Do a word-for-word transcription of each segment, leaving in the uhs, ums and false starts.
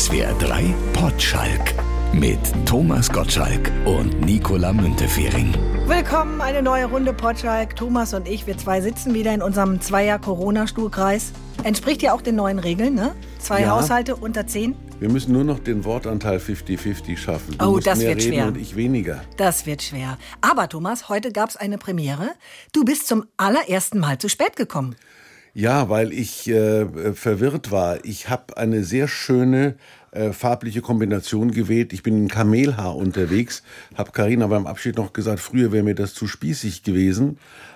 S W R drei Potschalk mit Thomas Gottschalk und Nicola Müntefering. Willkommen, eine neue Runde Potschalk. Thomas und ich, wir zwei sitzen wieder in unserem Zweier-Corona-Stuhlkreis. Entspricht ja auch den neuen Regeln, ne? Zwei Ja. Haushalte unter zehn. Wir müssen nur noch den Wortanteil fünfzig fünfzig schaffen. Du Oh, musst das mehr wird reden schwer. Und ich weniger. Das wird schwer. Aber Thomas, heute gab's eine Premiere. Du bist zum allerersten Mal zu spät gekommen. Ja, weil ich äh, verwirrt war. Ich habe eine sehr schöne äh, farbliche Kombination gewählt. Ich bin in Kamelhaar unterwegs. Habe Carina beim Abschied noch gesagt, früher wäre mir das zu spießig gewesen.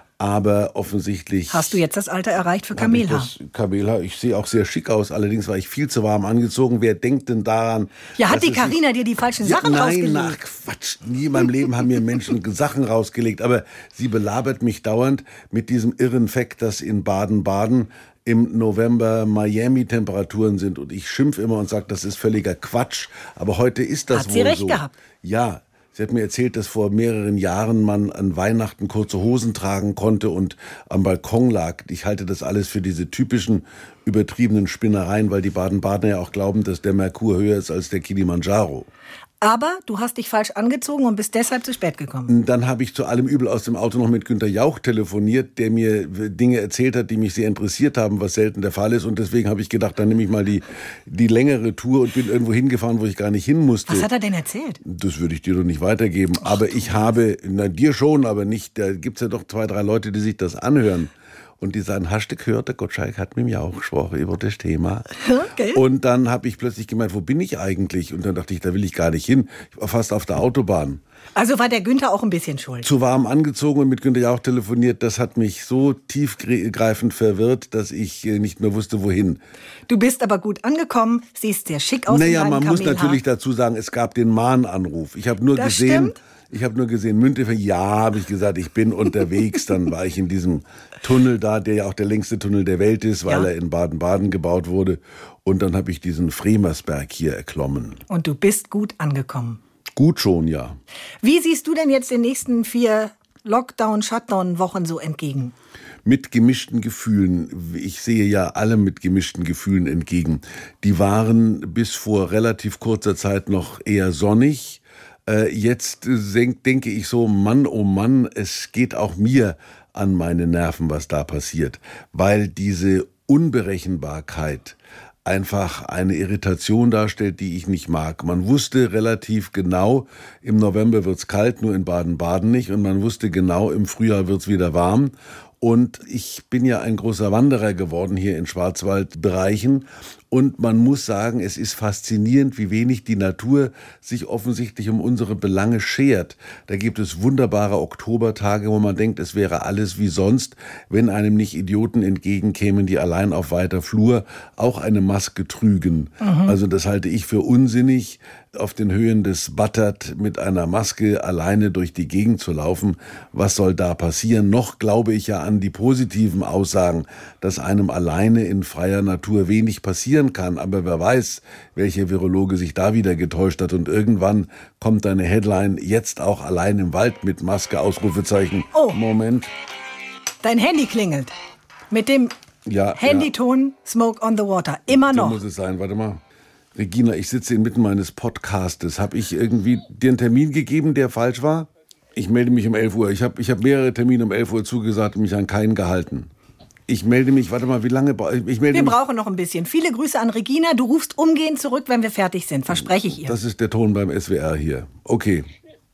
Aber offensichtlich... Hast du jetzt das Alter erreicht für hab Kamelhaar? Ich das Kamelhaar. Ich sehe auch sehr schick aus. Allerdings war ich viel zu warm angezogen. Wer denkt denn daran? Ja, hat dass die es Carina dir die falschen Ja, Sachen nein, rausgelegt? Nein, Quatsch. Nie in meinem Leben haben mir Menschen Sachen rausgelegt. Aber sie belabert mich dauernd mit diesem irren Fakt, dass in Baden-Baden im November Miami-Temperaturen sind. Und ich schimpf immer und sage, das ist völliger Quatsch. Aber heute ist das Hat wohl sie recht so. gehabt? Ja. Sie hat mir erzählt, dass vor mehreren Jahren man an Weihnachten kurze Hosen tragen konnte und am Balkon lag. Ich halte das alles für diese typischen übertriebenen Spinnereien, weil die Baden-Badener ja auch glauben, dass der Merkur höher ist als der Kilimanjaro. Aber du hast dich falsch angezogen und bist deshalb zu spät gekommen. Dann habe ich zu allem Übel aus dem Auto noch mit Günter Jauch telefoniert, der mir Dinge erzählt hat, die mich sehr interessiert haben, was selten der Fall ist. Und deswegen habe ich gedacht, dann nehme ich mal die, die längere Tour und bin irgendwo hingefahren, wo ich gar nicht hin musste. Was hat er denn erzählt? Das würde ich dir doch nicht weitergeben. Aber ich habe, na dir schon, aber nicht, da gibt's ja doch zwei, drei Leute, die sich das anhören. Und die sagen, hast du gehört, der Gottschalk hat mit mir auch gesprochen über das Thema. Okay. Und dann habe ich plötzlich gemeint, wo bin ich eigentlich? Und dann dachte ich, da will ich gar nicht hin. Ich war fast auf der Autobahn. Also war der Günther auch ein bisschen schuld? Zu warm angezogen und mit Günter Jauch telefoniert, das hat mich so tiefgreifend verwirrt, dass ich nicht mehr wusste, wohin. Du bist aber gut angekommen, siehst sehr schick aus. Naja, in man deinem muss Kamelhaar. natürlich dazu sagen, es gab den Mahnanruf. Ich habe nur Das gesehen, stimmt. ich habe nur gesehen, Müntefering, ja, habe ich gesagt, ich bin unterwegs. Dann war ich in diesem Tunnel da, der ja auch der längste Tunnel der Welt ist, weil Ja. er in Baden-Baden gebaut wurde. Und dann habe ich diesen Fremersberg hier erklommen. Und du bist gut angekommen. Gut schon, ja. Wie siehst du denn jetzt den nächsten vier Lockdown-Shutdown-Wochen so entgegen? Mit gemischten Gefühlen. Ich sehe ja alle mit gemischten Gefühlen entgegen. Die waren bis vor relativ kurzer Zeit noch eher sonnig. Äh, jetzt denke ich so, Mann, oh Mann, es geht auch mir an meine Nerven, was da passiert. Weil diese Unberechenbarkeit einfach eine Irritation darstellt, die ich nicht mag. Man wusste relativ genau, im November wird's kalt, nur in Baden-Baden nicht. Und man wusste genau, im Frühjahr wird's wieder warm. Und ich bin ja ein großer Wanderer geworden hier in Schwarzwaldbereichen. Und man muss sagen, es ist faszinierend, wie wenig die Natur sich offensichtlich um unsere Belange schert. Da gibt es wunderbare Oktobertage, wo man denkt, es wäre alles wie sonst, wenn einem nicht Idioten entgegenkämen, die allein auf weiter Flur auch eine Maske trügen. Mhm. Also das halte ich für unsinnig, auf den Höhen des Battert mit einer Maske alleine durch die Gegend zu laufen. Was soll da passieren? Noch glaube ich ja an die positiven Aussagen, dass einem alleine in freier Natur wenig passieren kann. Aber wer weiß, welcher Virologe sich da wieder getäuscht hat. Und irgendwann kommt eine Headline, jetzt auch allein im Wald mit Maske, Ausrufezeichen. Oh. Moment. Dein Handy klingelt. Mit dem Ja, Handyton Smoke on the Water. Immer So noch. muss es sein. Warte mal. Regina, ich sitze inmitten meines Podcastes. Habe ich irgendwie dir einen Termin gegeben, der falsch war? Ich melde mich um elf Uhr. Ich habe ich hab mehrere Termine um elf Uhr zugesagt und mich an keinen gehalten. Ich melde mich, warte mal, wie lange? bra- Ich melde Wir mich. brauchen noch ein bisschen. Viele Grüße an Regina. Du rufst umgehend zurück, wenn wir fertig sind. Verspreche ich ihr. Das ist der Ton beim S W R hier. Okay.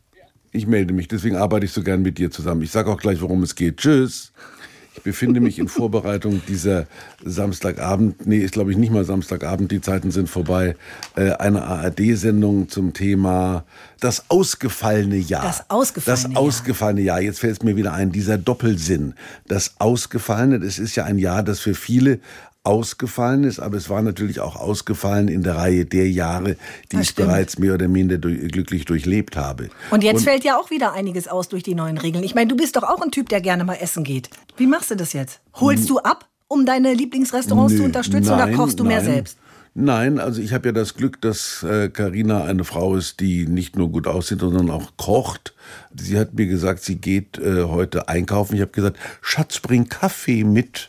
Ich melde mich, deswegen arbeite ich so gern mit dir zusammen. Ich sage auch gleich, worum es geht. Tschüss. Ich befinde mich in Vorbereitung dieser Samstagabend, nee, ist glaube ich nicht mal Samstagabend, die Zeiten sind vorbei, äh, eine A R D-Sendung zum Thema das ausgefallene Jahr. Das ausgefallene Das Jahr. ausgefallene Jahr. Jetzt fällt es mir wieder ein, dieser Doppelsinn. Das ausgefallene, das ist ja ein Jahr, das für viele ausgefallen ist, aber es war natürlich auch ausgefallen in der Reihe der Jahre, die Das ich stimmt. bereits mehr oder minder durch, glücklich durchlebt habe. Und jetzt fällt ja auch wieder einiges aus durch die neuen Regeln. Ich meine, du bist doch auch ein Typ, der gerne mal essen geht. Wie machst du das jetzt? Holst du ab, um deine Lieblingsrestaurants zu Nö, unterstützen, nein, oder kochst du mehr nein. selbst? Nein, also ich habe ja das Glück, dass äh, Carina eine Frau ist, die nicht nur gut aussieht, sondern auch kocht. Sie hat mir gesagt, sie geht äh, heute einkaufen. Ich habe gesagt, Schatz, bring Kaffee mit,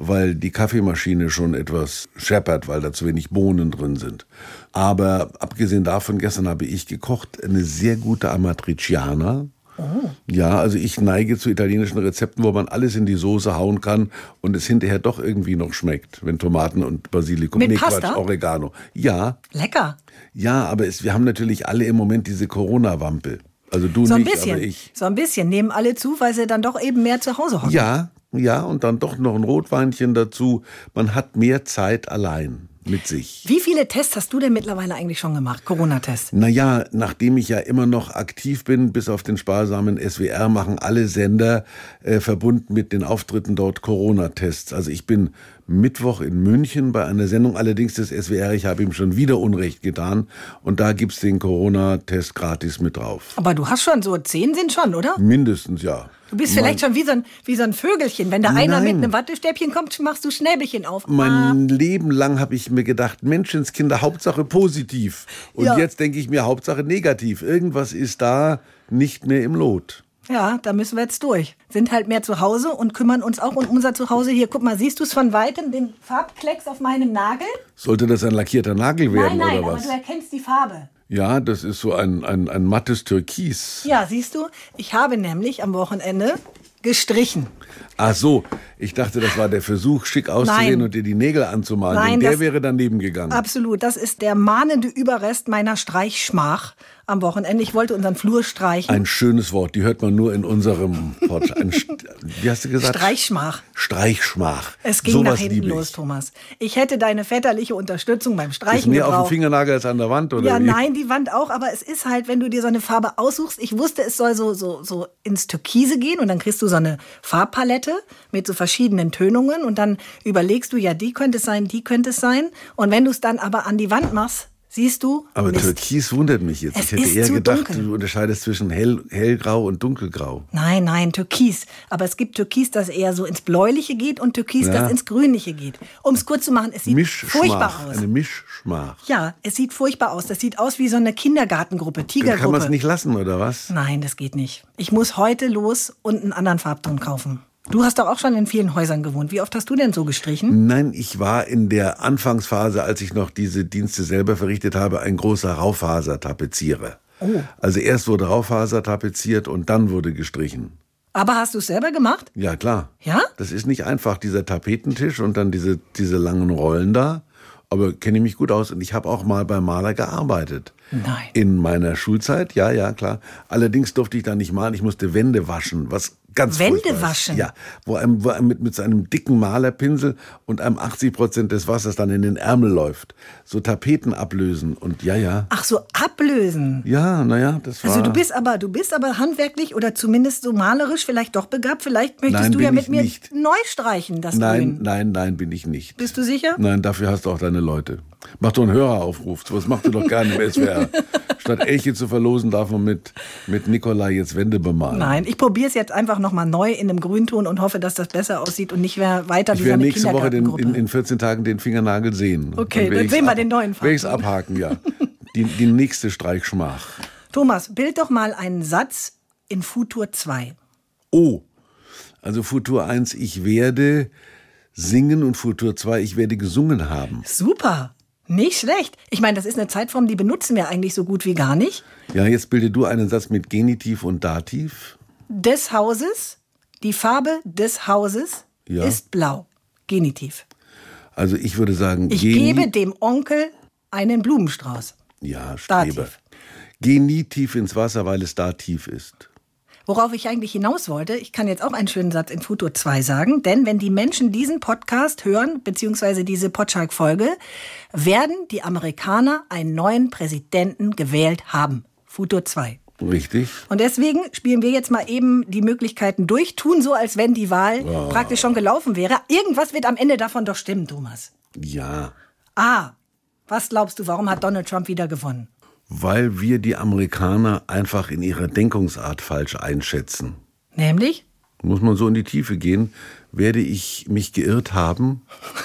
weil die Kaffeemaschine schon etwas scheppert, weil da zu wenig Bohnen drin sind. Aber abgesehen davon, gestern habe ich gekocht, eine sehr gute Amatriciana. Oh. Ja, also ich neige zu italienischen Rezepten, wo man alles in die Soße hauen kann und es hinterher doch irgendwie noch schmeckt, wenn Tomaten und Basilikum, mit nee, Pasta? Quatsch, Oregano. Ja. Lecker. Ja, aber es, wir haben natürlich alle im Moment diese Corona-Wampe. Also du so ein nicht, bisschen, aber ich. So ein bisschen, nehmen alle zu, weil sie dann doch eben mehr zu Hause hocken. Ja, ja, und dann doch noch ein Rotweinchen dazu. Man hat mehr Zeit allein mit sich. Wie viele Tests hast du denn mittlerweile eigentlich schon gemacht, Corona-Tests? Naja, nachdem ich ja immer noch aktiv bin, bis auf den sparsamen S W R, machen alle Sender äh, verbunden mit den Auftritten dort Corona-Tests. Also ich bin Mittwoch in München bei einer Sendung, allerdings des S W R, ich habe ihm schon wieder Unrecht getan und da gibt's den Corona-Test gratis mit drauf. Aber du hast schon so, zehn sind schon, oder? Mindestens, ja. Du bist vielleicht mein, schon wie so, ein, wie so ein Vögelchen. Wenn da nein. einer mit einem Wattestäbchen kommt, machst du Schnäbelchen auf. Mein ah. Leben lang habe ich mir gedacht, Menschenskinder, Hauptsache positiv. Und ja. jetzt denke ich mir, Hauptsache negativ. Irgendwas ist da nicht mehr im Lot. Ja, da müssen wir jetzt durch. Sind halt mehr zu Hause und kümmern uns auch um unser Zuhause. Hier, guck mal, siehst du es von Weitem, den Farbklecks auf meinem Nagel? Sollte das ein lackierter Nagel werden, nein, nein, oder was? Aber du erkennst die Farbe. Ja, das ist so ein, ein, ein mattes Türkis. Ja, siehst du, ich habe nämlich am Wochenende gestrichen. Ach so, ich dachte, das war der Versuch, schick auszusehen Nein. und dir die Nägel anzumalen. Nein, Denn der das- wäre daneben gegangen. Absolut, das ist der mahnende Überrest meiner Streichschmach am Wochenende. Ich wollte unseren Flur streichen. Ein schönes Wort, die hört man nur in unserem Podcast. Ein St- Wie hast du gesagt? Streichschmach. Streichschmach. Es ging Sowas nach hinten liebe ich. los, Thomas. Ich hätte deine väterliche Unterstützung beim Ist Streichen mehr auf dem gebraucht. Fingernagel als an der Wand, oder Ja, wie? nein, die Wand auch, aber es ist halt, wenn du dir so eine Farbe aussuchst, ich wusste, es soll so, so, so ins Türkise gehen und dann kriegst du so eine Farbpalette mit so verschiedenen Tönungen und dann überlegst du, ja, die könnte es sein, die könnte es sein und wenn du es dann aber an die Wand machst, siehst du, Aber Mist. Türkis wundert mich jetzt. Es Ich hätte ist eher zu gedacht, dunkel. du unterscheidest zwischen hell, hellgrau und dunkelgrau. Nein, nein, Türkis. Aber es gibt Türkis, das eher so ins Bläuliche geht und Türkis, Ja. das ins Grünliche geht. Um es kurz zu machen, es sieht furchtbar Mischschmach, aus. eine Mischschmach. Ja, es sieht furchtbar aus. Das sieht aus wie so eine Kindergartengruppe, Dann Tigergruppe. kann man es nicht lassen, oder was? Nein, das geht nicht. Ich muss heute los und einen anderen Farbton kaufen. Du hast doch auch schon in vielen Häusern gewohnt. Wie oft hast du denn so gestrichen? Nein, ich war in der Anfangsphase, als ich noch diese Dienste selber verrichtet habe, ein großer Raufasertapezierer. Oh. Also erst wurde Raufaser tapeziert und dann wurde gestrichen. Aber hast du es selber gemacht? Ja, klar. Ja? Das ist nicht einfach, dieser Tapetentisch und dann diese, diese langen Rollen da. Aber kenne ich mich gut aus und ich habe auch mal beim Maler gearbeitet. Nein. In meiner Schulzeit, ja, ja, klar. Allerdings durfte ich da nicht malen, ich musste Wände waschen, was ganz Wände furchtbar ist. waschen? Ja, wo einem, wo einem mit, mit so einem dicken Malerpinsel und einem achtzig Prozent des Wassers dann in den Ärmel läuft. So Tapeten ablösen und ja, ja. Ach so, ablösen. Ja, naja, das war... Also du bist aber, du bist aber handwerklich oder zumindest so malerisch vielleicht doch begabt. Vielleicht möchtest Nein, du ja bin mit ich mir nicht. neu streichen, das Nein, Grün. nein, nein, bin ich nicht. Bist du sicher? Nein, dafür hast du auch deine Leute. Mach doch einen Höreraufruf. Was macht du doch gerne im S W R. Statt Elche zu verlosen, darf man mit, mit Nikolai jetzt Wände bemalen. Nein, ich probiere es jetzt einfach nochmal neu in einem Grünton und hoffe, dass das besser aussieht und nicht mehr weiter Ich wie so werde eine nächste Woche den, Kindergartengruppe. in, in vierzehn Tagen den Fingernagel sehen. Okay, werd dann ich's sehen wir ab- den neuen werd ich's Farbton. abhaken, ja. Die, die nächste Streichschmach. Thomas, bild doch mal einen Satz in Futur zwei. Oh, also Futur eins, ich werde singen und Futur zwei, ich werde gesungen haben. Super, nicht schlecht. Ich meine, das ist eine Zeitform, die benutzen wir eigentlich so gut wie gar nicht. Ja, jetzt bilde du einen Satz mit Genitiv und Dativ. Des Hauses, die Farbe des Hauses Ja. ist blau. Genitiv. Also ich würde sagen, Ich Geni- gebe dem Onkel einen Blumenstrauß. Ja, Streber. Dativ. Geh nie tief ins Wasser, weil es da tief ist. Worauf ich eigentlich hinaus wollte, ich kann jetzt auch einen schönen Satz in Futur zwei sagen, denn wenn die Menschen diesen Podcast hören, beziehungsweise diese Potschalk-Folge, werden die Amerikaner einen neuen Präsidenten gewählt haben. Futur zwei. Richtig? Und deswegen spielen wir jetzt mal eben die Möglichkeiten durch, tun so, als wenn die Wahl Oh. praktisch schon gelaufen wäre. Irgendwas wird am Ende davon doch stimmen, Thomas. Ja, Ah, was glaubst du, warum hat Donald Trump wieder gewonnen? weil wir die Amerikaner einfach in ihrer Denkungsart falsch einschätzen. Nämlich? Muss man so in die Tiefe gehen, werde ich mich geirrt haben?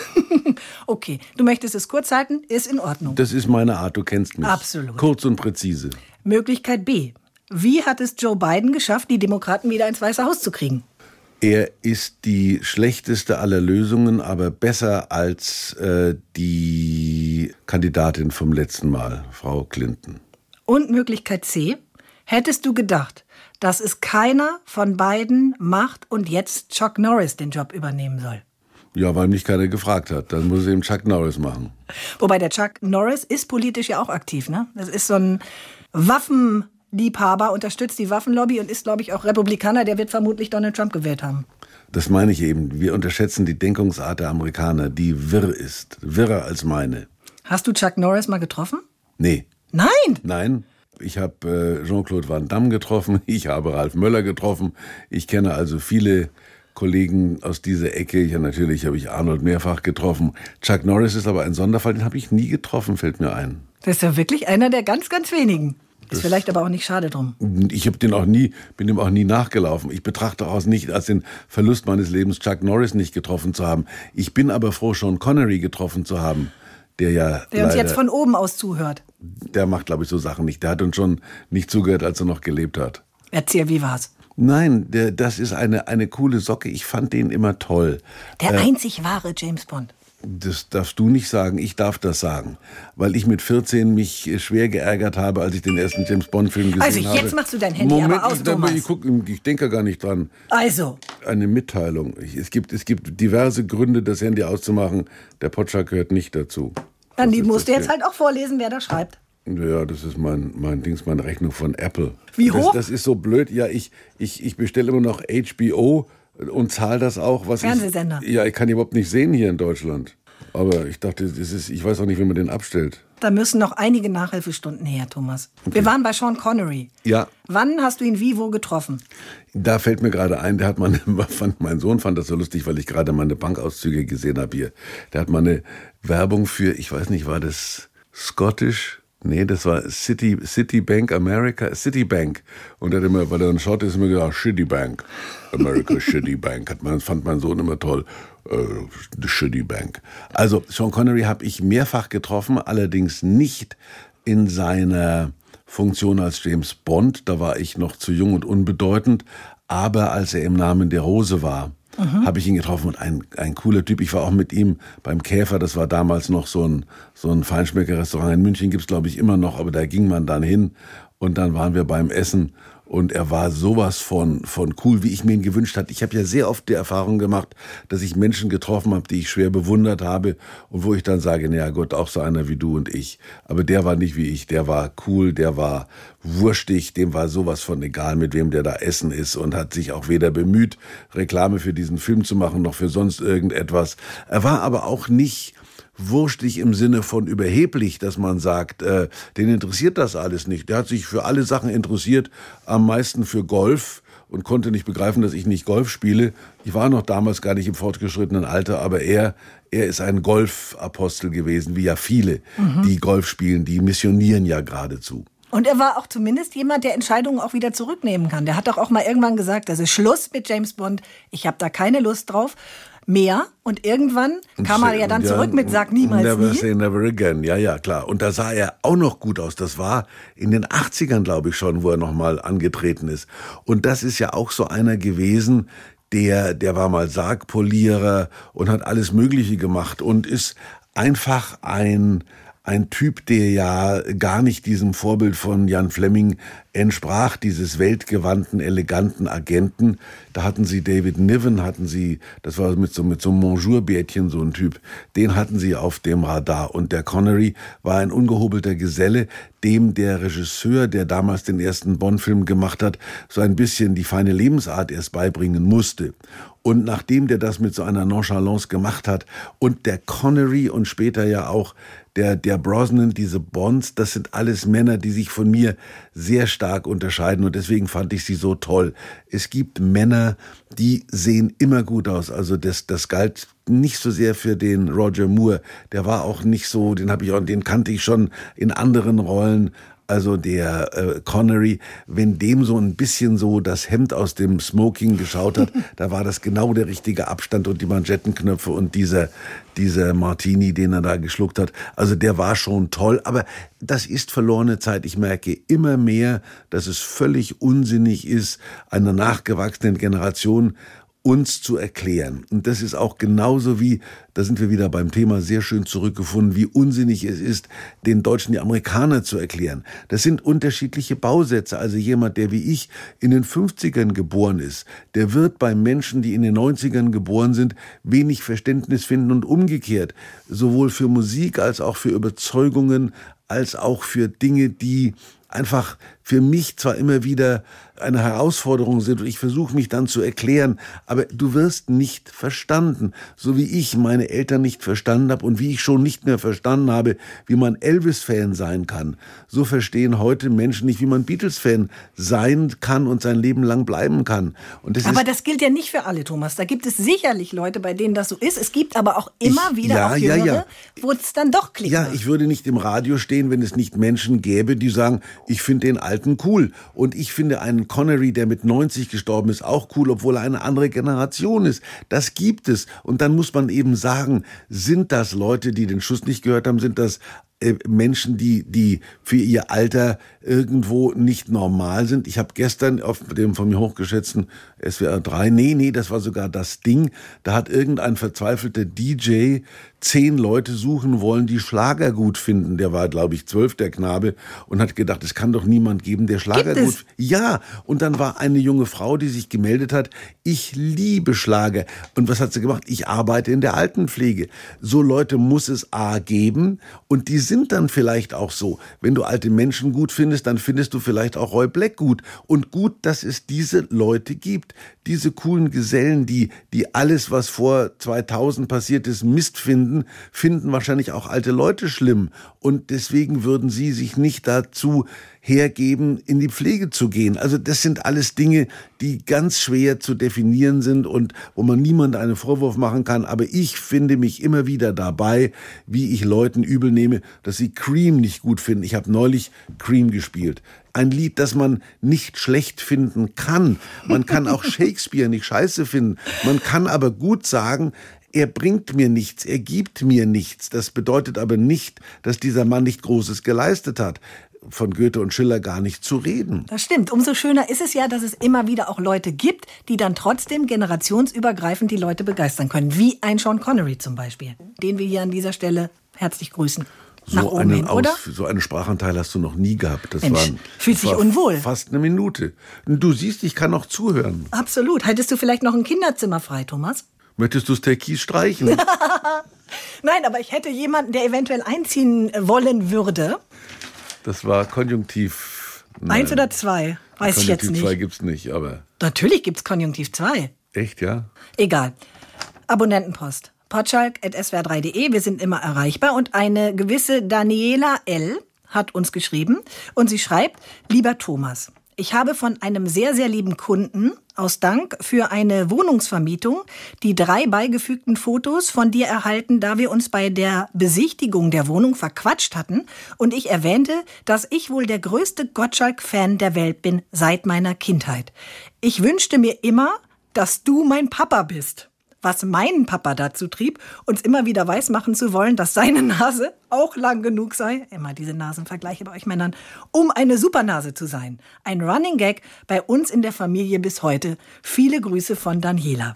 Okay, du möchtest es kurz halten, ist in Ordnung. Das ist meine Art, du kennst mich. Absolut. Kurz und präzise. Möglichkeit B. Wie hat es Joe Biden geschafft, die Demokraten wieder ins Weiße Haus zu kriegen? Er ist die schlechteste aller Lösungen, aber besser als äh, die Kandidatin vom letzten Mal, Frau Clinton. Und Möglichkeit C, hättest du gedacht, dass es keiner von beiden macht und jetzt Chuck Norris den Job übernehmen soll? Ja, weil mich keiner gefragt hat. Dann muss es eben Chuck Norris machen. Wobei der Chuck Norris ist politisch ja auch aktiv, ne? Das ist so ein Waffenliebhaber, unterstützt die Waffenlobby und ist, glaube ich, auch Republikaner. Der wird vermutlich Donald Trump gewählt haben. Das meine ich eben. Wir unterschätzen die Denkungsart der Amerikaner, die wirr ist. Wirrer als meine. Hast du Chuck Norris mal getroffen? Nee. Nein! Nein. Ich habe äh, Jean-Claude Van Damme getroffen. Ich habe Ralf Möller getroffen. Ich kenne also viele Kollegen aus dieser Ecke. Ja, natürlich habe ich Arnold mehrfach getroffen. Chuck Norris ist aber ein Sonderfall, den habe ich nie getroffen, fällt mir ein. Das ist ja wirklich einer der ganz, ganz wenigen. Ist das vielleicht aber auch nicht schade drum. Ich habe den auch nie, bin dem auch nie nachgelaufen. Ich betrachte auch nicht als den Verlust meines Lebens, Chuck Norris nicht getroffen zu haben. Ich bin aber froh, Sean Connery getroffen zu haben, der ja Der uns leider, jetzt von oben aus zuhört. Der macht, glaube ich, so Sachen nicht. Der hat uns schon nicht zugehört, als er noch gelebt hat. Erzähl, wie war's? Nein, der, das ist eine, eine coole Socke. Ich fand den immer toll. Der äh, einzig wahre James Bond. Das darfst du nicht sagen, ich darf das sagen. Weil ich mit vierzehn mich schwer geärgert habe, als ich den ersten James Bond-Film gesehen habe. Also jetzt habe. machst du dein Handy Moment, aber aus, ich, Thomas. Ich, guck, ich denke gar nicht dran. Also. Eine Mitteilung. Ich, es, gibt, es gibt diverse Gründe, das Handy auszumachen. Der Potschak gehört nicht dazu. Dann die ist musst du das jetzt hier? halt auch vorlesen, wer da schreibt. Ja, das ist mein, mein Dings, meine Rechnung von Apple. Wie hoch? Das, das ist so blöd. Ja, ich, ich, ich bestelle immer noch H B O und zahle das auch. Was Fernsehsender. Ich, ja, ich kann die überhaupt nicht sehen hier in Deutschland. Aber ich dachte, das ist, ich weiß auch nicht, wie man den abstellt. Da müssen noch einige Nachhilfestunden her, Thomas. Wir waren bei Sean Connery. Ja. Wann hast du ihn wie, wo getroffen? Da fällt mir gerade ein, der hat meine, fand, mein Sohn fand das so lustig, weil ich gerade meine Bankauszüge gesehen habe hier. Der hat mal eine Werbung für, ich weiß nicht, war das Scottish? Nee, das war City, Citibank America, Citibank. Und er hat immer, weil er ein Schott ist, immer gesagt, Shitty Bank. America, Shitty Bank. Hat man, fand mein Sohn immer toll. Uh, the Shitty Bank. Also, Sean Connery habe ich mehrfach getroffen, allerdings nicht in seiner Funktion als James Bond. Da war ich noch zu jung und unbedeutend. Aber als er im Namen der Rose war, mhm. habe ich ihn getroffen und ein, ein cooler Typ. Ich war auch mit ihm beim Käfer, das war damals noch so ein, so ein Feinschmecker-Restaurant. In München gibt's glaube ich immer noch, aber da ging man dann hin und dann waren wir beim Essen und er war sowas von, von cool, wie ich mir ihn gewünscht hatte. Ich habe ja sehr oft die Erfahrung gemacht, dass ich Menschen getroffen habe, die ich schwer bewundert habe und wo ich dann sage, naja Gott, auch so einer wie du und ich. Aber der war nicht wie ich, der war cool, der war wurstig, dem war sowas von egal, mit wem der da essen ist und hat sich auch weder bemüht, Reklame für diesen Film zu machen, noch für sonst irgendetwas. Er war aber auch nicht wurstig im Sinne von überheblich, dass man sagt, äh, den interessiert das alles nicht. Der hat sich für alle Sachen interessiert, am meisten für Golf und konnte nicht begreifen, dass ich nicht Golf spiele. Ich war noch damals gar nicht im fortgeschrittenen Alter, aber er, er ist ein Golfapostel gewesen, wie ja viele, mhm. die Golf spielen, die missionieren ja geradezu. Und er war auch zumindest jemand, der Entscheidungen auch wieder zurücknehmen kann. Der hat doch auch mal irgendwann gesagt, das ist Schluss mit James Bond, ich habe da keine Lust drauf. Mehr und irgendwann kam er ja dann ja, zurück mit Sag niemals never nie. Say never again, ja, ja, klar. Und da sah er auch noch gut aus. Das war in den achtzigern, glaube ich schon, wo er nochmal angetreten ist. Und das ist ja auch so einer gewesen, der, der war mal Sargpolierer und hat alles Mögliche gemacht und ist einfach ein... Ein Typ, der ja gar nicht diesem Vorbild von Jan Fleming entsprach, dieses weltgewandten, eleganten Agenten. Da hatten sie David Niven, hatten sie, das war mit so, mit so einem Bonjour-Bärtchen so ein Typ, den hatten sie auf dem Radar. Und der Connery war ein ungehobelter Geselle, dem der Regisseur, der damals den ersten Bond-Film gemacht hat, so ein bisschen die feine Lebensart erst beibringen musste. Und nachdem der das mit so einer Nonchalance gemacht hat und der Connery und später ja auch der, der Brosnan, diese Bonds, das sind alles Männer, die sich von mir sehr stark unterscheiden und deswegen fand ich sie so toll. Es gibt Männer, die sehen immer gut aus, also das, das galt nicht so sehr für den Roger Moore, der war auch nicht so, den habe ich auch, den kannte ich schon in anderen Rollen. Also der äh, Connery, wenn dem so ein bisschen so das Hemd aus dem Smoking geschaut hat, da war das genau der richtige Abstand und die Manschettenknöpfe und dieser, dieser Martini, den er da geschluckt hat. Also der war schon toll, aber das ist verlorene Zeit. Ich merke immer mehr, dass es völlig unsinnig ist, einer nachgewachsenen Generation uns zu erklären. Und das ist auch genauso wie, da sind wir wieder beim Thema sehr schön zurückgefunden, wie unsinnig es ist, den Deutschen die Amerikaner zu erklären. Das sind unterschiedliche Bausätze. Also jemand, der wie ich in den fünfzigern geboren ist, der wird bei Menschen, die in den neunzigern geboren sind, wenig Verständnis finden und umgekehrt. Sowohl für Musik als auch für Überzeugungen, als auch für Dinge, die einfach für mich zwar immer wieder eine Herausforderung sind und ich versuche mich dann zu erklären, aber du wirst nicht verstanden, so wie ich meine Eltern nicht verstanden habe und wie ich schon nicht mehr verstanden habe, wie man Elvis-Fan sein kann. So verstehen heute Menschen nicht, wie man Beatles-Fan sein kann und sein Leben lang bleiben kann. Und das aber ist, das gilt ja nicht für alle, Thomas. Da gibt es sicherlich Leute, bei denen das so ist. Es gibt aber auch immer ich, wieder ja, auch Jüngere, ja, ja. wo es dann doch klickt. Ja, ich würde nicht im Radio stehen, wenn es nicht Menschen gäbe, die sagen, ich finde den Alten cool. Und ich finde einen Connery, der mit neunzig gestorben ist, auch cool, obwohl er eine andere Generation ist. Das gibt es. Und dann muss man eben sagen, sind das Leute, die den Schuss nicht gehört haben, sind das Menschen, die, die für ihr Alter irgendwo nicht normal sind. Ich habe gestern auf dem von mir hochgeschätzten S W R drei, nee, nee, das war sogar das Ding, da hat irgendein verzweifelter D J zehn Leute suchen wollen, die Schlager gut finden. Der war, glaube ich, zwölf, der Knabe, und hat gedacht, es kann doch niemand geben, der Schlager Gibt gut es? Ja, und dann war eine junge Frau, die sich gemeldet hat, ich liebe Schlager. Und was hat sie gemacht? Ich arbeite in der Altenpflege. So Leute muss es A geben, und die sind dann vielleicht auch so. Wenn du alte Menschen gut findest, dann findest du vielleicht auch Roy Black gut. Und gut, dass es diese Leute gibt. Diese coolen Gesellen, die, die alles, was vor zweitausend passiert ist, Mist finden, finden wahrscheinlich auch alte Leute schlimm. Und deswegen würden sie sich nicht dazu hergeben, in die Pflege zu gehen. Also das sind alles Dinge, die ganz schwer zu definieren sind und wo man niemand einen Vorwurf machen kann. Aber ich finde mich immer wieder dabei, wie ich Leuten übel nehme, dass sie Cream nicht gut finden. Ich habe neulich Cream gespielt. Ein Lied, das man nicht schlecht finden kann. Man kann auch Shakespeare nicht scheiße finden. Man kann aber gut sagen, er bringt mir nichts, er gibt mir nichts. Das bedeutet aber nicht, dass dieser Mann nicht Großes geleistet hat. Von Goethe und Schiller gar nicht zu reden. Das stimmt. Umso schöner ist es ja, dass es immer wieder auch Leute gibt, die dann trotzdem generationsübergreifend die Leute begeistern können. Wie ein Sean Connery zum Beispiel, den wir hier an dieser Stelle herzlich grüßen. Nach So oben einen, hin, oder? Aus, so einen Sprachanteil hast du noch nie gehabt. Das Mensch, waren, fühlt das sich war unwohl. Fast eine Minute. Du siehst, ich kann noch zuhören. Absolut. Haltest du vielleicht noch ein Kinderzimmer frei, Thomas? Möchtest du das Türkis streichen? Nein, aber ich hätte jemanden, der eventuell einziehen wollen würde. Das war Konjunktiv. Nein. Eins oder zwei? Weiß ich jetzt Konjunktiv nicht. zwei gibt's nicht, aber. Natürlich gibt's Konjunktiv zwei. Echt, ja? Egal. Abonnentenpost. potschalk at s w r drei punkt de. Wir sind immer erreichbar. Und eine gewisse Daniela L. hat uns geschrieben. Und sie schreibt, lieber Thomas, ich habe von einem sehr, sehr lieben Kunden aus Dank für eine Wohnungsvermietung die drei beigefügten Fotos von dir erhalten, da wir uns bei der Besichtigung der Wohnung verquatscht hatten und ich erwähnte, dass ich wohl der größte Gottschalk-Fan der Welt bin seit meiner Kindheit. Ich wünschte mir immer, dass du mein Papa bist. Was meinen Papa dazu trieb, uns immer wieder weismachen zu wollen, dass seine Nase auch lang genug sei, immer diese Nasenvergleiche bei euch Männern, um eine Supernase zu sein. Ein Running Gag bei uns in der Familie bis heute. Viele Grüße von Daniela.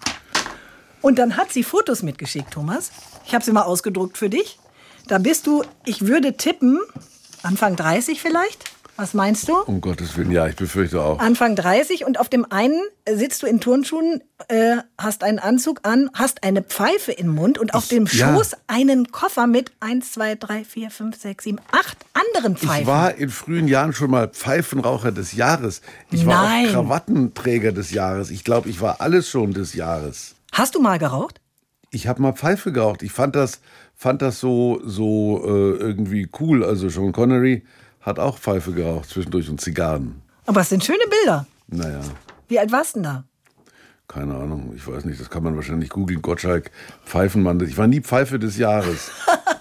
Und dann hat sie Fotos mitgeschickt, Thomas. Ich habe sie mal ausgedruckt für dich. Da bist du, ich würde tippen, Anfang dreißig vielleicht? Was meinst du? Um Gottes Willen, ja, ich befürchte auch. Anfang dreißig und auf dem einen sitzt du in Turnschuhen, äh, hast einen Anzug an, hast eine Pfeife im Mund und auf Ich- dem ja. Schoß einen Koffer mit eins, zwei, drei, vier, fünf, sechs, sieben, acht anderen Pfeifen. Ich war in frühen Jahren schon mal Pfeifenraucher des Jahres. Ich war Nein. auch Krawattenträger des Jahres. Ich glaube, ich war alles schon des Jahres. Hast du mal geraucht? Ich habe mal Pfeife geraucht. Ich fand das, fand das so, so äh, irgendwie cool. Also Sean Connery hat auch Pfeife geraucht zwischendurch und Zigarren. Aber es sind schöne Bilder. Naja, Wie alt warst du denn da? keine Ahnung. Ich weiß nicht, das kann man wahrscheinlich googeln. Gottschalk, Pfeifenmann. Ich war nie Pfeife des Jahres.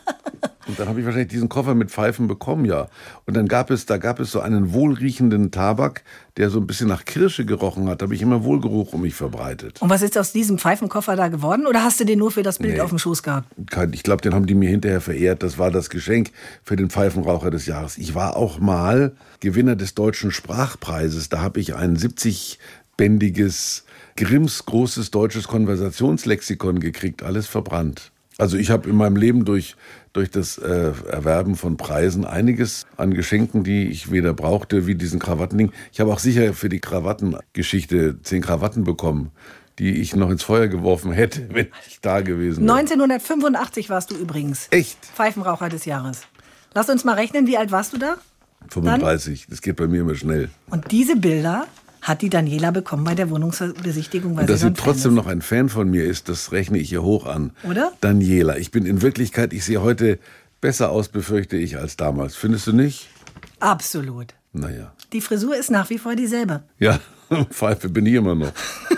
Und dann habe ich wahrscheinlich diesen Koffer mit Pfeifen bekommen, ja. Und dann gab es, da gab es so einen wohlriechenden Tabak, der so ein bisschen nach Kirsche gerochen hat. Da habe ich immer Wohlgeruch um mich verbreitet. Und was ist aus diesem Pfeifenkoffer da geworden? Oder hast du den nur für das Bild Nee. auf dem Schoß gehabt? Kein- Ich glaube, den haben die mir hinterher verehrt. Das war das Geschenk für den Pfeifenraucher des Jahres. Ich war auch mal Gewinner des Deutschen Sprachpreises. Da habe ich ein siebzigbändiges Grimms großes deutsches Konversationslexikon gekriegt, alles verbrannt. Also ich habe in meinem Leben durch, durch das äh, Erwerben von Preisen einiges an Geschenken, die ich weder brauchte, wie diesen Krawattending. Ich habe auch sicher für die Krawattengeschichte zehn Krawatten bekommen, die ich noch ins Feuer geworfen hätte, wenn ich da gewesen wäre. neunzehnhundertfünfundachtzig warst du übrigens. Echt? Pfeifenraucher des Jahres. Lass uns mal rechnen, wie alt warst du da? fünfunddreißig, das geht bei mir immer schnell. Und diese Bilder hat die Daniela bekommen bei der Wohnungsbesichtigung. Weil Und dass sie, sie trotzdem noch ein Fan von mir ist, das rechne ich ihr hoch an. Oder? Daniela, ich bin in Wirklichkeit, ich sehe heute besser aus, befürchte ich, als damals. Findest du nicht? Absolut. Naja. Die Frisur ist nach wie vor dieselbe. Ja, Pfeife bin ich immer noch.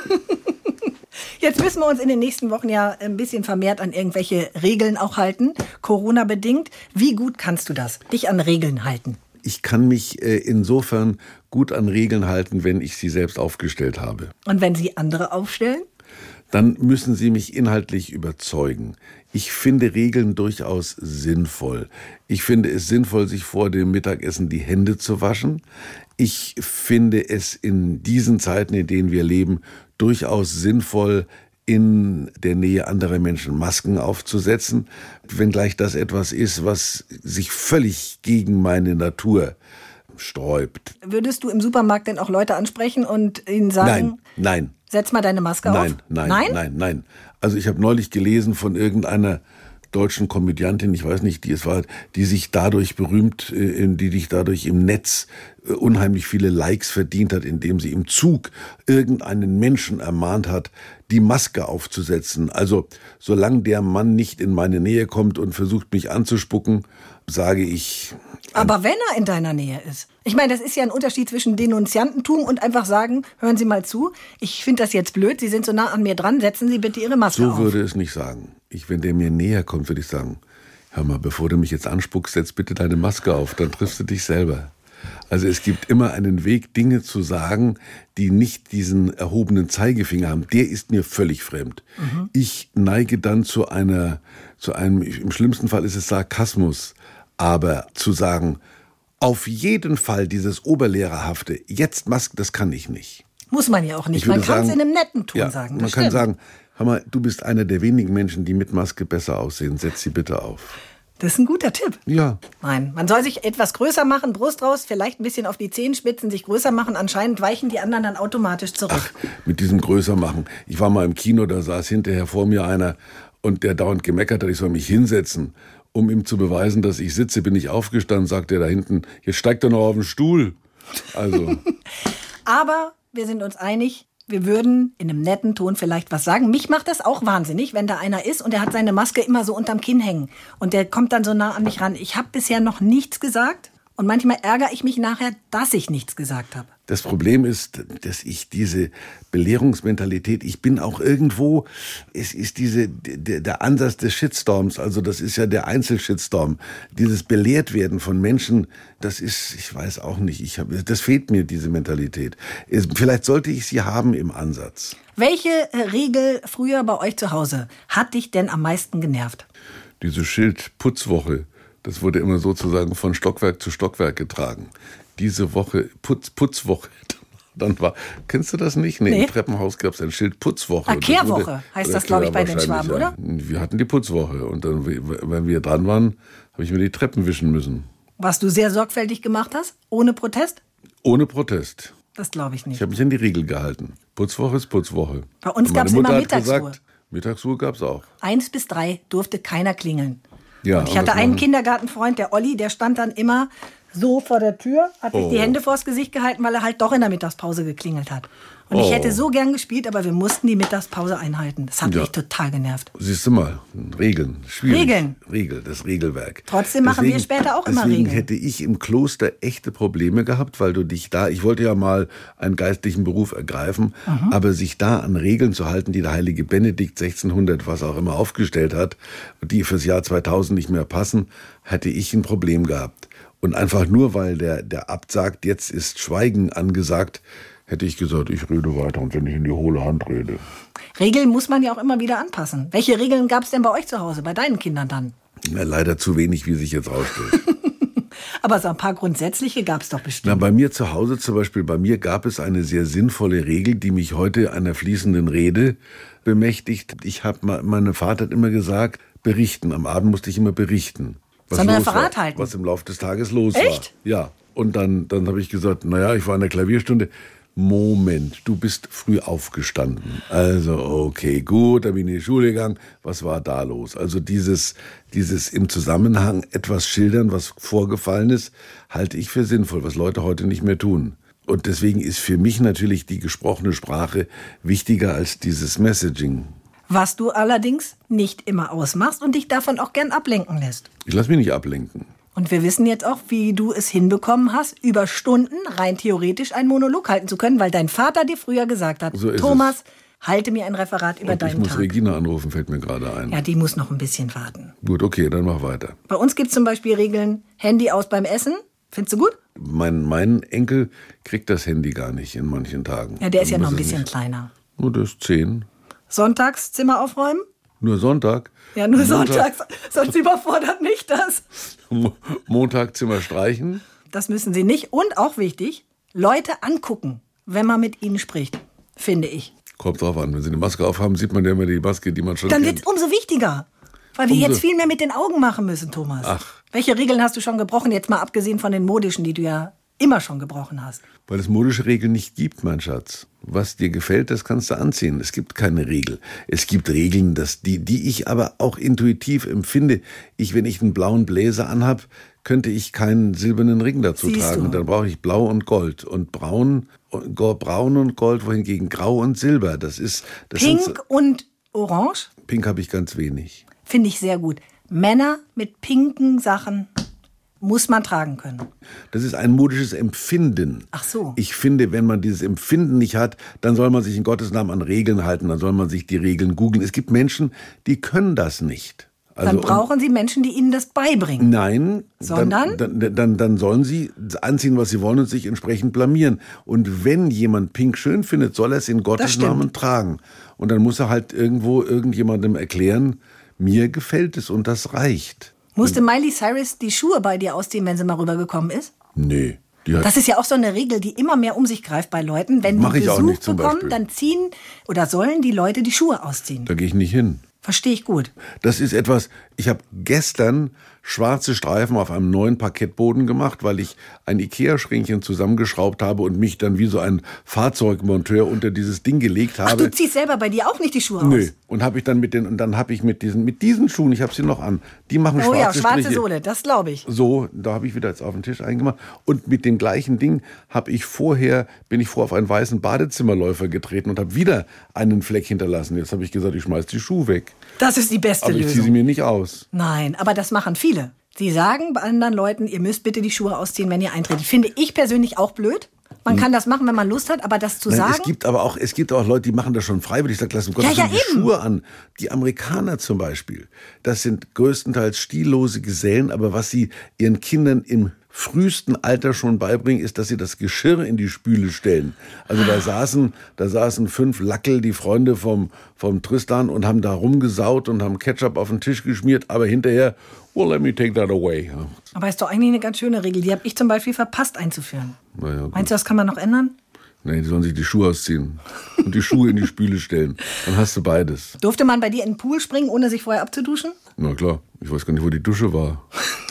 Jetzt müssen wir uns in den nächsten Wochen ja ein bisschen vermehrt an irgendwelche Regeln auch halten, Corona-bedingt. Wie gut kannst du das, dich an Regeln halten? Ich kann mich äh, insofern gut an Regeln halten, wenn ich sie selbst aufgestellt habe. Und wenn sie andere aufstellen? Dann müssen sie mich inhaltlich überzeugen. Ich finde Regeln durchaus sinnvoll. Ich finde es sinnvoll, sich vor dem Mittagessen die Hände zu waschen. Ich finde es in diesen Zeiten, in denen wir leben, durchaus sinnvoll, in der Nähe anderer Menschen Masken aufzusetzen, wenngleich das etwas ist, was sich völlig gegen meine Natur sträubt. Würdest du im Supermarkt denn auch Leute ansprechen und ihnen sagen, nein, nein, setz mal deine Maske nein, auf? Nein, nein, nein, nein. Also ich habe neulich gelesen von irgendeiner deutschen Komödiantin, ich weiß nicht, die es war, die sich dadurch berühmt, die dich dadurch im Netz unheimlich viele Likes verdient hat, indem sie im Zug irgendeinen Menschen ermahnt hat, die Maske aufzusetzen. Also solange der Mann nicht in meine Nähe kommt und versucht, mich anzuspucken, sage ich... Aber wenn er in deiner Nähe ist. Ich meine, das ist ja ein Unterschied zwischen Denunziantentum und einfach sagen, hören Sie mal zu, ich finde das jetzt blöd, Sie sind so nah an mir dran, setzen Sie bitte Ihre Maske so auf. So würde es nicht sagen. Ich, wenn der mir näher kommt, würde ich sagen, hör mal, bevor du mich jetzt anspuckst, setz bitte deine Maske auf, dann triffst du dich selber. Also es gibt immer einen Weg, Dinge zu sagen, die nicht diesen erhobenen Zeigefinger haben. Der ist mir völlig fremd. Mhm. Ich neige dann zu einer, zu einem, im schlimmsten Fall ist es Sarkasmus, aber zu sagen, auf jeden Fall dieses Oberlehrerhafte, jetzt Masken, das kann ich nicht. Muss man ja auch nicht. Man kann es in einem netten Ton ja, sagen. Man kann sagen, hör mal, du bist einer der wenigen Menschen, die mit Maske besser aussehen. Setz sie bitte auf. Das ist ein guter Tipp. Ja. Nein, man soll sich etwas größer machen, Brust raus, vielleicht ein bisschen auf die Zehenspitzen, sich größer machen. Anscheinend weichen die anderen dann automatisch zurück. Ach, mit diesem größer machen. Ich war mal im Kino, da saß hinterher vor mir einer und der dauernd gemeckert hat, ich soll mich hinsetzen. Um ihm zu beweisen, dass ich sitze, bin ich aufgestanden, sagt er da hinten, jetzt steigt er noch auf den Stuhl. Also. Aber wir sind uns einig, wir würden in einem netten Ton vielleicht was sagen. Mich macht das auch wahnsinnig, wenn da einer ist und der hat seine Maske immer so unterm Kinn hängen. Und der kommt dann so nah an mich ran. Ich habe bisher noch nichts gesagt. Und manchmal ärgere ich mich nachher, dass ich nichts gesagt habe. Das Problem ist, dass ich diese Belehrungsmentalität, ich bin auch irgendwo, es ist diese, der, der Ansatz des Shitstorms, also das ist ja der Einzelshitstorm, dieses Belehrtwerden von Menschen, das ist, ich weiß auch nicht, ich hab, das fehlt mir, diese Mentalität. Es, vielleicht sollte ich sie haben im Ansatz. Welche Regel früher bei euch zu Hause hat dich denn am meisten genervt? Diese Schildputzwoche. Das wurde immer sozusagen von Stockwerk zu Stockwerk getragen. Diese Woche, Putz, Putzwoche, dann war, kennst du das nicht? Nee, nee. Im Treppenhaus gab es eine Schildputzwoche. Ah, Kehrwoche heißt das, glaube ich, bei den Schwaben, ja. oder? Wir hatten die Putzwoche und dann, wenn wir dran waren, habe ich mir die Treppen wischen müssen. Was du sehr sorgfältig gemacht hast, ohne Protest? Ohne Protest. Das glaube ich nicht. Ich habe mich an die Regel gehalten. Putzwoche ist Putzwoche. Bei uns gab es immer Mittagsruhe. Gesagt, Mittagsruhe gab es auch. Eins bis drei durfte keiner klingeln. Ja, und ich hatte einen Kindergartenfreund, der Olli, der stand dann immer so vor der Tür, hat sich oh. die Hände vors Gesicht gehalten, weil er halt doch in der Mittagspause geklingelt hat. Und oh. ich hätte so gern gespielt, aber wir mussten die Mittagspause einhalten. Das hat ja. mich total genervt. Siehst du mal, Regeln, schwierig. Regeln. Regel, das Regelwerk. Trotzdem machen deswegen, wir später auch immer Regeln. Deswegen hätte ich im Kloster echte Probleme gehabt, weil du dich da, ich wollte ja mal einen geistlichen Beruf ergreifen, mhm. aber sich da an Regeln zu halten, die der heilige Benedikt sechzehnhundert, was auch immer, aufgestellt hat, die fürs Jahr zweitausend nicht mehr passen, hätte ich ein Problem gehabt. Und einfach nur, weil der, der Abt sagt, jetzt ist Schweigen angesagt, hätte ich gesagt, ich rede weiter und wenn ich in die hohle Hand rede. Regeln muss man ja auch immer wieder anpassen. Welche Regeln gab es denn bei euch zu Hause, bei deinen Kindern dann? Na, leider zu wenig, wie sich jetzt rausstellt. Aber so ein paar grundsätzliche gab es doch bestimmt. Na, bei mir zu Hause zum Beispiel, bei mir gab es eine sehr sinnvolle Regel, die mich heute einer fließenden Rede bemächtigt. Ich habe, mein Vater hat immer gesagt, berichten. Am Abend musste ich immer berichten. Was so ein los Referat war, halten? Was im Laufe des Tages los Echt? war. Echt? Ja. Und dann, dann habe ich gesagt, naja, ich war in der Klavierstunde. Moment, du bist früh aufgestanden. Also, okay, gut, dann bin ich in die Schule gegangen. Was war da los? Also dieses, dieses im Zusammenhang etwas schildern, was vorgefallen ist, halte ich für sinnvoll, was Leute heute nicht mehr tun. Und deswegen ist für mich natürlich die gesprochene Sprache wichtiger als dieses Messaging. Was du allerdings nicht immer ausmachst und dich davon auch gern ablenken lässt. Ich lasse mich nicht ablenken. Und wir wissen jetzt auch, wie du es hinbekommen hast, über Stunden rein theoretisch einen Monolog halten zu können, weil dein Vater dir früher gesagt hat, So ist Thomas, halte mir ein Referat über Und deinen ich muss Tag. Regina anrufen, fällt mir gerade ein. Ja, die muss noch ein bisschen warten. Gut, okay, dann mach weiter. Bei uns gibt es zum Beispiel Regeln, Handy aus beim Essen. Findest du gut? Mein, mein Enkel kriegt das Handy gar nicht in manchen Tagen. Ja, der ist ja Dann noch ein muss er bisschen nicht. kleiner. Nur das ist zehn. Sonntags Zimmer aufräumen? Nur Sonntag. Ja, nur Montag, sonntags, sonst überfordert mich das. Mo- Montag Zimmer streichen. Das müssen Sie nicht. Und auch wichtig, Leute angucken, wenn man mit ihnen spricht, finde ich. Kommt drauf an, wenn Sie eine Maske aufhaben, sieht man ja immer die Maske, die man schon Dann wird kennt. es umso wichtiger. Weil wir Umso- jetzt viel mehr mit den Augen machen müssen, Thomas. Ach. Welche Regeln hast du schon gebrochen? Jetzt mal abgesehen von den modischen, die du ja immer schon gebrochen hast. Weil es modische Regeln nicht gibt, mein Schatz. Was dir gefällt, das kannst du anziehen. Es gibt keine Regel. Es gibt Regeln, das, die, die ich aber auch intuitiv empfinde. Ich, wenn ich einen blauen Bläser anhab, könnte ich keinen silbernen Ring dazu Siehst tragen. du. Und dann brauche ich Blau und Gold. Und Braun, und Go- Braun und Gold, wohingegen Grau und Silber. Das ist, das sind so- Pink und Orange Pink habe ich ganz wenig. finde ich sehr gut. Männer mit pinken Sachen muss man tragen können. Das ist ein modisches Empfinden. Ach so. Ich finde, wenn man dieses Empfinden nicht hat, dann soll man sich in Gottes Namen an Regeln halten, dann soll man sich die Regeln googeln. Es gibt Menschen, die können das nicht. Also, Dann brauchen Sie Menschen, die Ihnen das beibringen. Nein, Sondern? Dann, dann, dann, dann sollen sie anziehen, was sie wollen und sich entsprechend blamieren. Und wenn jemand Pink schön findet, soll er es in Gottes stimmt. Namen tragen. Und dann muss er halt irgendwo irgendjemandem erklären, mir gefällt es und das reicht. Musste Miley Cyrus die Schuhe bei dir ausziehen, wenn sie mal rübergekommen ist? Nee. Die hat, Das ist ja auch so eine Regel, die immer mehr um sich greift bei Leuten. Wenn Mach die ich auch Besuch nicht zum bekommen, Beispiel. dann ziehen oder sollen die Leute die Schuhe ausziehen. da gehe ich nicht hin. Verstehe ich gut. Das ist etwas, ich habe gestern schwarze Streifen auf einem neuen Parkettboden gemacht, weil ich ein Ikea-Schränkchen zusammengeschraubt habe und mich dann wie so ein Fahrzeugmonteur unter dieses Ding gelegt Ach, habe. du ziehst selber bei dir auch nicht die Schuhe Nö. aus? Und habe ich dann mit den und dann habe ich mit diesen mit diesen Schuhen, ich habe sie noch an, die machen Oh schwarze ja, schwarze Striche. Sohle, das glaube ich. So, da habe ich wieder jetzt auf den Tisch eingemacht und mit dem gleichen Ding habe ich vorher bin ich vor auf einen weißen Badezimmerläufer getreten und habe wieder einen Fleck hinterlassen. Jetzt habe ich gesagt, ich schmeiß die Schuhe weg, Das ist die beste aber ich ziehe Lösung. sie mir nicht aus. Nein, aber das machen viele. Sie sagen bei anderen Leuten, ihr müsst bitte die Schuhe ausziehen, wenn ihr eintretet. Finde ich persönlich auch blöd. Man kann das machen, wenn man Lust hat, aber das zu Nein, sagen... es gibt aber auch, es gibt auch Leute, die machen das schon freiwillig. Ich sage, lass um Gottes Ja, ja, Willen die eben. Schuhe an. Die Amerikaner zum Beispiel, das sind größtenteils stillose Gesellen, aber was sie ihren Kindern im frühesten Alter schon beibringen, ist, dass sie das Geschirr in die Spüle stellen. Also da saßen, da saßen fünf Lackel, die Freunde vom, vom Tristan, und haben da rumgesaut und haben Ketchup auf den Tisch geschmiert, aber hinterher, well, let me take that away. Ja, Aber ist doch eigentlich eine ganz schöne Regel. Die habe ich zum Beispiel verpasst einzuführen. na ja, gut. Meinst du, das kann man noch ändern? Nee, die sollen sich die Schuhe ausziehen und die Schuhe in die Spüle stellen. Dann hast du beides. Durfte man bei dir in den Pool springen, ohne sich vorher abzuduschen? Na klar, ich weiß gar nicht, wo die Dusche war.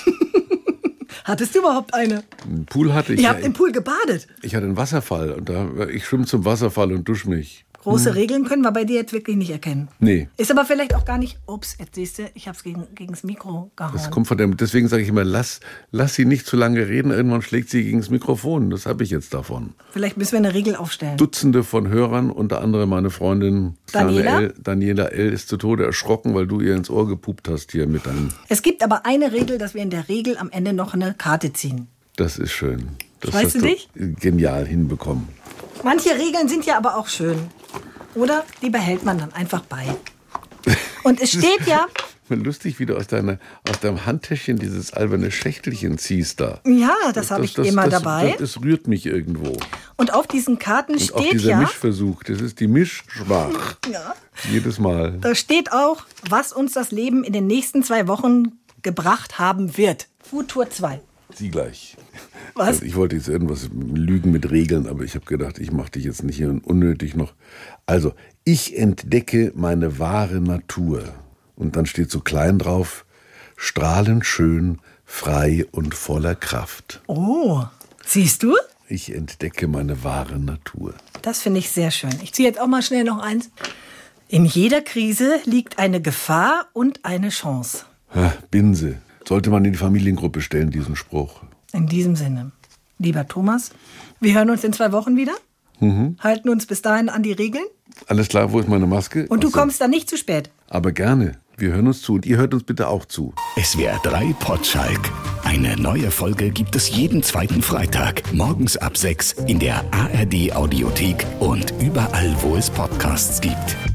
Hattest du überhaupt eine? Einen Pool hatte ich. Ihr ja, habt im Pool gebadet. ich hatte einen Wasserfall und da, ich schwimme zum Wasserfall und dusche mich. Große Regeln können wir bei dir jetzt wirklich nicht erkennen. Nee. Ist aber vielleicht auch gar nicht... Ups, jetzt siehst du, ich habe es gegen, gegen das Mikro gehauen. Das kommt von dem, deswegen sage ich immer, lass, lass sie nicht zu lange reden, irgendwann schlägt sie gegen das Mikrofon. Das habe ich jetzt davon. Vielleicht müssen wir eine Regel aufstellen. Dutzende von Hörern, unter anderem meine Freundin Daniela? L, Daniela L. ist zu Tode erschrocken, weil du ihr ins Ohr gepupt hast hier mit deinem. Es gibt aber eine Regel, dass wir in der Regel am Ende noch eine Karte ziehen. Das ist schön. Das Weißt hast du dich? Genial hinbekommen. Manche Regeln sind ja aber auch schön. Oder die behält man dann einfach bei. Und es steht ja... Lustig, wie du aus, deiner, aus deinem Handtäschchen dieses alberne Schächtelchen ziehst da. Ja, das habe ich immer das, dabei. Das, das rührt mich irgendwo. Und auf diesen Karten Und auch steht dieser ja... Mischversuch, das ist die Mischschwach. Ja. Jedes Mal. Da steht auch, was uns das Leben in den nächsten zwei Wochen gebracht haben wird. Futur zwei. Sie gleich. Was? Also ich wollte jetzt irgendwas lügen mit Regeln, aber ich habe gedacht, ich mache dich jetzt nicht hier unnötig noch. Also, ich entdecke meine wahre Natur. Und dann steht so klein drauf, strahlend schön, frei und voller Kraft. Oh, siehst du? Ich entdecke meine wahre Natur. Das finde ich sehr schön. Ich ziehe jetzt auch mal schnell noch eins. In jeder Krise liegt eine Gefahr und eine Chance. Ha, Binse. Sollte man in die Familiengruppe stellen, diesen Spruch. In diesem Sinne, lieber Thomas, wir hören uns in zwei Wochen wieder. Mhm. Halten uns bis dahin an die Regeln. Alles klar, wo ist meine Maske? Und du Achso. kommst dann nicht zu spät. Aber gerne. Wir hören uns zu und ihr hört uns bitte auch zu. S W R drei Potschalk. Eine neue Folge gibt es jeden zweiten Freitag, morgens ab sechs in der A R D Audiothek und überall, wo es Podcasts gibt.